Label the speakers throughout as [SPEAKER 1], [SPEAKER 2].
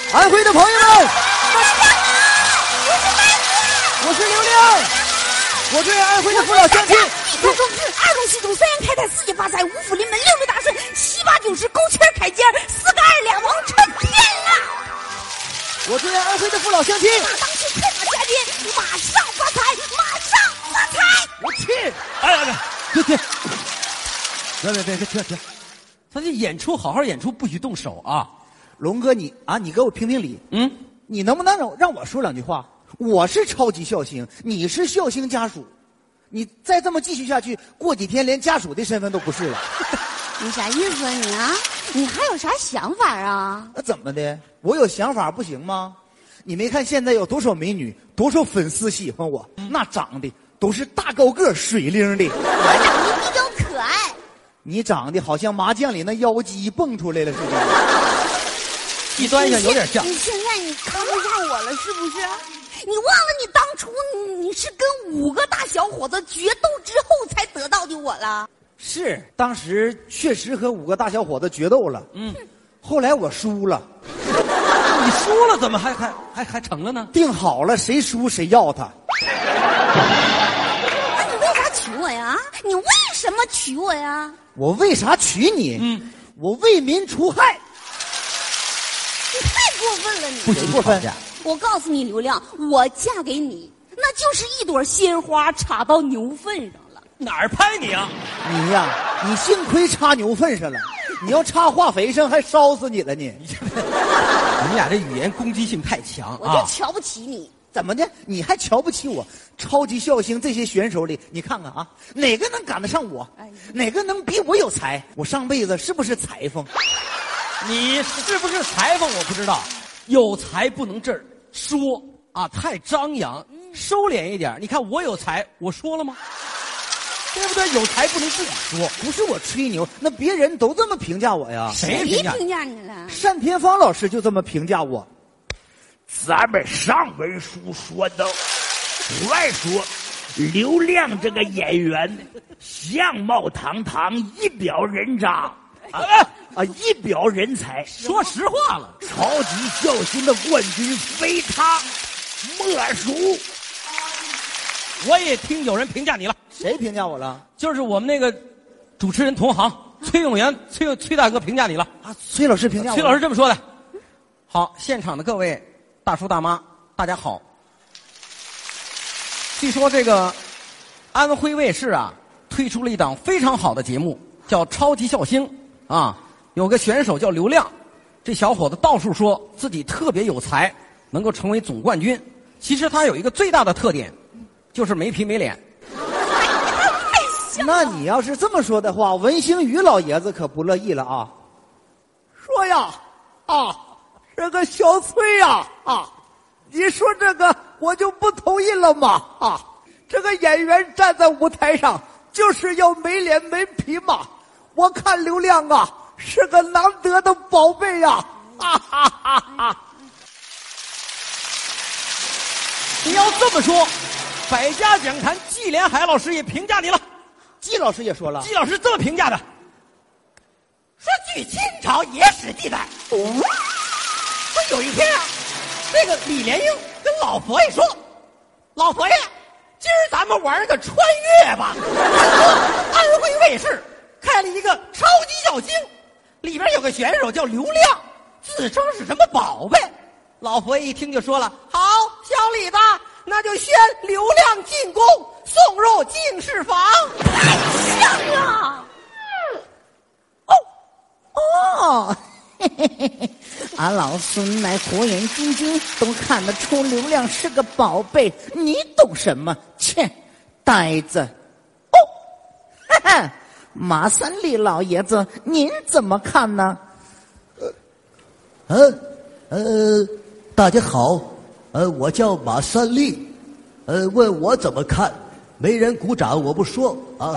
[SPEAKER 1] 安徽的朋友们，我是刘亮，我对安徽的父老乡亲。
[SPEAKER 2] 总之，二龙戏中三阳开泰，四季发财，五福临门，六六大顺，七八九十勾签开尖，四个二两王成天了。
[SPEAKER 1] 我对安徽的父老乡亲，
[SPEAKER 2] 当期快马加鞭，马上发财，马上发财。
[SPEAKER 1] 我去！
[SPEAKER 3] 别，咱这演出好好演出，不许动手啊！
[SPEAKER 1] 龙哥，你给我评评理。你能不能让我说两句话？我是超级笑星，你是笑星家属，你再这么继续下去，过几天连家属的身份都不是了。
[SPEAKER 2] 你啥意思啊你啊？你还有啥想法啊？
[SPEAKER 1] 那怎么的？我有想法不行吗？你没看现在有多少美女，多少粉丝喜欢我？那长得都是大高个、水灵的。
[SPEAKER 2] 我长得比较可爱。
[SPEAKER 1] 你长得好像麻将里那妖姬蹦出来了似的。
[SPEAKER 3] 一端上有点像。
[SPEAKER 2] 你现在你看不上我了是不是？你忘了你当初你是跟5个大小伙子决斗之后才得到的我了？
[SPEAKER 1] 是，当时确实和5个大小伙子决斗了。后来我输了。
[SPEAKER 3] 你输了怎么还成了呢？
[SPEAKER 1] 定好了，谁输谁要他。
[SPEAKER 2] 那你为啥娶我呀？你为什么娶我呀？
[SPEAKER 1] 我为啥娶你？我为民除害。
[SPEAKER 2] 你太过分了你！
[SPEAKER 1] 不许过分。
[SPEAKER 2] 我告诉你，刘亮，我嫁给你，那就是一朵鲜花插到牛粪上了。
[SPEAKER 3] 哪儿拍你啊？
[SPEAKER 1] 你呀，你幸亏插牛粪上了，你要插化肥上还烧死你了你。
[SPEAKER 3] 你们俩这语言攻击性太强
[SPEAKER 2] 我就瞧不起你。
[SPEAKER 1] 怎么的？你还瞧不起我？超级笑星这些选手里，你看看啊，哪个能赶得上我？哪个能比我有才？我上辈子是不是裁缝？
[SPEAKER 3] 你是不是裁缝我不知道，有才不能这儿说啊，太张扬，收敛一点。你看我有才，我说了吗？对不对？有才不能自己说。
[SPEAKER 1] 不是我吹牛，那别人都这么评价我呀。
[SPEAKER 3] 谁
[SPEAKER 2] 评价你了？
[SPEAKER 1] 单田芳老师就这么评价我。
[SPEAKER 4] 咱们上文书说到，话说刘亮这个演员相貌堂堂，一表人渣一表人才。
[SPEAKER 3] 说实话了，
[SPEAKER 4] 超级笑星的冠军非他莫属。
[SPEAKER 3] 我也听有人评价你了。
[SPEAKER 1] 谁评价我了？
[SPEAKER 3] 就是我们那个主持人同行崔永元，崔大哥评价你了
[SPEAKER 1] 啊！崔老师评价我。
[SPEAKER 3] 崔老师这么说的。好，现场的各位大叔大妈，大家好。据说这个安徽卫视啊推出了一档非常好的节目，叫《超级笑星》啊，有个选手叫刘亮，这小伙子到处说自己特别有才，能够成为总冠军。其实他有一个最大的特点，就是没皮没脸。
[SPEAKER 1] 那你要是这么说的话，文星宇老爷子可不乐意了啊！说呀，这个小崔呀，你说这个我就不同意了嘛！这个演员站在舞台上就是要没脸没皮嘛！我看刘亮啊是个难得的宝贝呀！
[SPEAKER 3] 你要这么说，百家讲坛季连海老师也评价你了。
[SPEAKER 1] 季老师也说了，
[SPEAKER 3] 季老师这么评价的，
[SPEAKER 5] 说据清朝野史记载，说有一天啊，这个李莲英跟老佛爷说：“老佛爷，今儿咱们玩个穿越吧。”安徽卫视开了一个超级笑星，里边有个选手叫刘亮，自称是什么宝贝。老佛爷一听就说了：“好，小李子，那就宣刘亮进宫，送入进士房。”
[SPEAKER 2] 太像了。
[SPEAKER 1] 嘿嘿嘿嘿，俺老孙乃火眼金睛，都看得出刘亮是个宝贝。你懂什么？切，呆子！哈哈，马三立老爷子，您怎么看呢？
[SPEAKER 6] 大家好，我叫马三立，问我怎么看？没人鼓掌，我不说啊。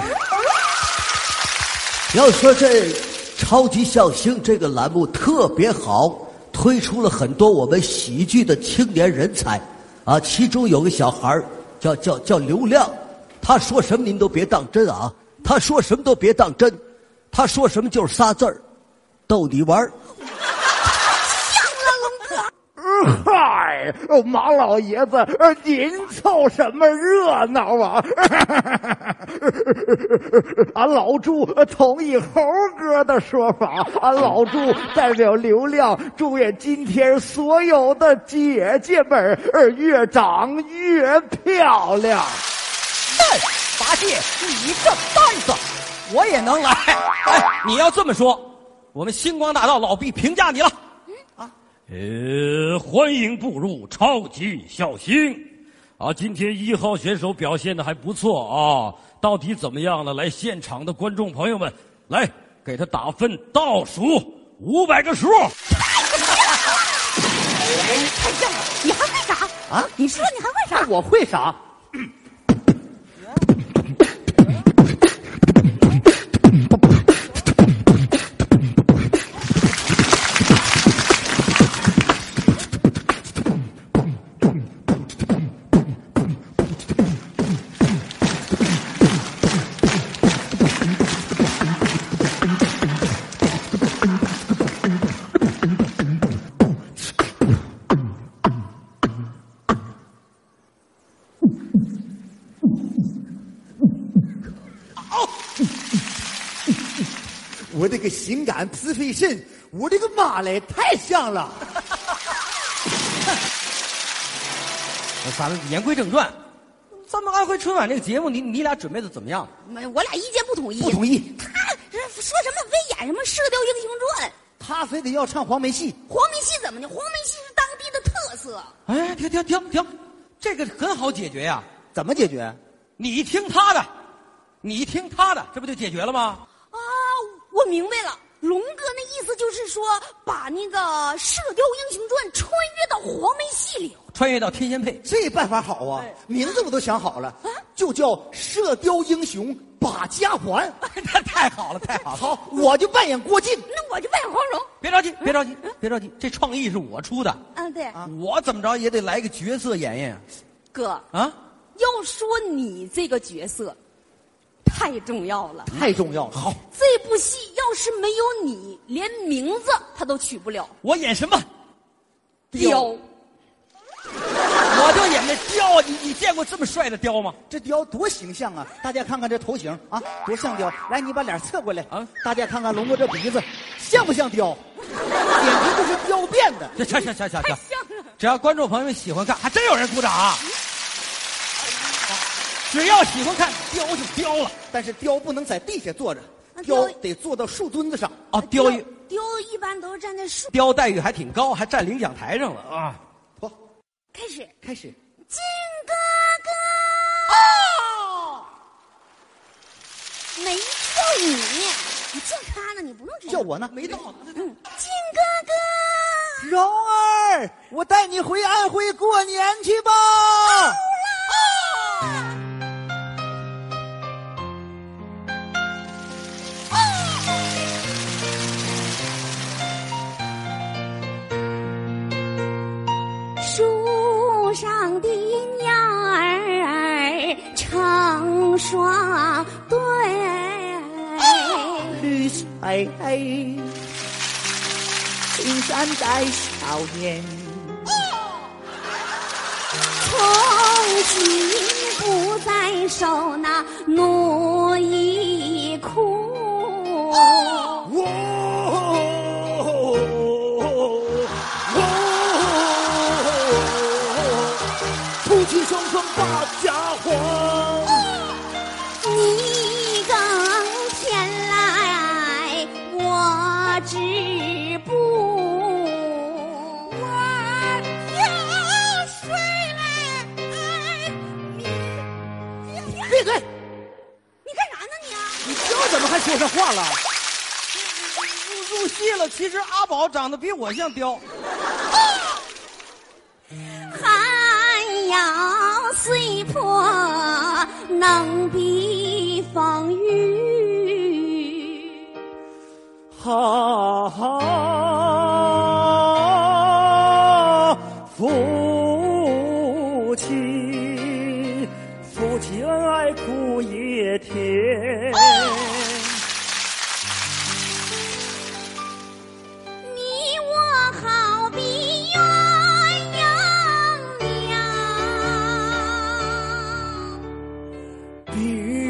[SPEAKER 6] 要说这超级笑星这个栏目特别好，推出了很多我们喜剧的青年人才啊，其中有个小孩叫刘亮，他说什么您都别当真啊，他说什么都别当真，他说什么就是仨字儿，逗你玩儿。
[SPEAKER 4] 嗨，马老爷子，您凑什么热闹啊？俺老朱同意猴哥的说法，俺老朱代表流量祝愿今天所有的姐姐们越长越漂亮。
[SPEAKER 3] 八戒，你这蛋子，我也能来。哎，你要这么说，我们星光大道老毕评价你了。
[SPEAKER 7] 欢迎步入超级笑星啊！今天1号选手表现的还不错啊，到底怎么样呢？来，现场的观众朋友们，来给他打分，倒数500个数。
[SPEAKER 2] 太像了，你还会啥啊？你说你还会啥？
[SPEAKER 1] 我会啥？我这个性感自费肾，我这个妈嘞，太像了。
[SPEAKER 3] 咱们言归正传，咱们安徽春晚这个节目，你俩准备的怎么样？
[SPEAKER 2] 我俩意见不统一。
[SPEAKER 1] 不同意。
[SPEAKER 2] 他说什么非演什么《射雕英雄传》，
[SPEAKER 1] 他非得要唱黄梅戏。
[SPEAKER 2] 黄梅戏怎么的？黄梅戏是当地的特色。
[SPEAKER 3] 哎，停，这个很好解决呀。
[SPEAKER 1] 怎么解决？
[SPEAKER 3] 你听他的，你听他的，这不就解决了吗？
[SPEAKER 2] 啊，我明白了，龙哥那意思就是说，把那个《射雕英雄传》穿越到黄梅戏里，
[SPEAKER 3] 穿越到天仙配，
[SPEAKER 1] 这办法好啊！名字我都想好了，就叫《射雕英雄把家还》。
[SPEAKER 3] 太好了，太好了！
[SPEAKER 1] 好，我就扮演郭靖，
[SPEAKER 2] 那我就扮演黄蓉。
[SPEAKER 3] 别着急，别着急，别着急，这创意是我出的。
[SPEAKER 2] 对，
[SPEAKER 3] 我怎么着也得来个角色演绎。
[SPEAKER 2] 哥
[SPEAKER 3] 啊，
[SPEAKER 2] 要说你这个角色太重要了，
[SPEAKER 1] 太重要了。好，
[SPEAKER 2] 这部戏要是没有你，连名字他都取不了。
[SPEAKER 3] 我演什么？
[SPEAKER 2] 雕。
[SPEAKER 3] 我就演那雕。你见过这么帅的雕吗？
[SPEAKER 1] 这雕多形象啊！大家看看这头型啊，多像雕。来，你把脸侧过来啊，大家看看龙哥这鼻子像不像雕？简直就是雕变的。
[SPEAKER 3] 行，
[SPEAKER 2] 太像了。
[SPEAKER 3] 只要观众朋友们喜欢看，还真有人鼓掌啊！只要喜欢看，雕就雕了。
[SPEAKER 1] 但是雕不能在地下坐着，雕得坐到树墩子上。
[SPEAKER 3] 哦，雕
[SPEAKER 2] 一般都是站在树。
[SPEAKER 3] 雕待遇还挺高，还站领奖台上了啊！
[SPEAKER 1] 好，
[SPEAKER 2] 开始。 靖哥哥哦，没叫你叫他呢，你不用
[SPEAKER 1] 叫我呢，
[SPEAKER 3] 没到。
[SPEAKER 2] 靖哥哥，
[SPEAKER 1] 蓉儿，我带你回安徽过年去吧。
[SPEAKER 2] 树上的鸟儿成双对，
[SPEAKER 1] 绿彩青山在少年。
[SPEAKER 2] 从今不再受那奴役苦。
[SPEAKER 1] 夫妻双双把家还。
[SPEAKER 2] 你更前来，我止步。我要睡了。
[SPEAKER 1] 闭嘴！
[SPEAKER 2] 你干啥呢你啊？
[SPEAKER 1] 你这怎么还说上话了？
[SPEAKER 3] 入戏了。其实阿宝长得比我像雕。
[SPEAKER 2] 寒窑虽破，能避风雨。
[SPEAKER 1] 哈哈，夫妻恩爱苦也甜。
[SPEAKER 2] 你我好比鸳鸯。
[SPEAKER 1] 比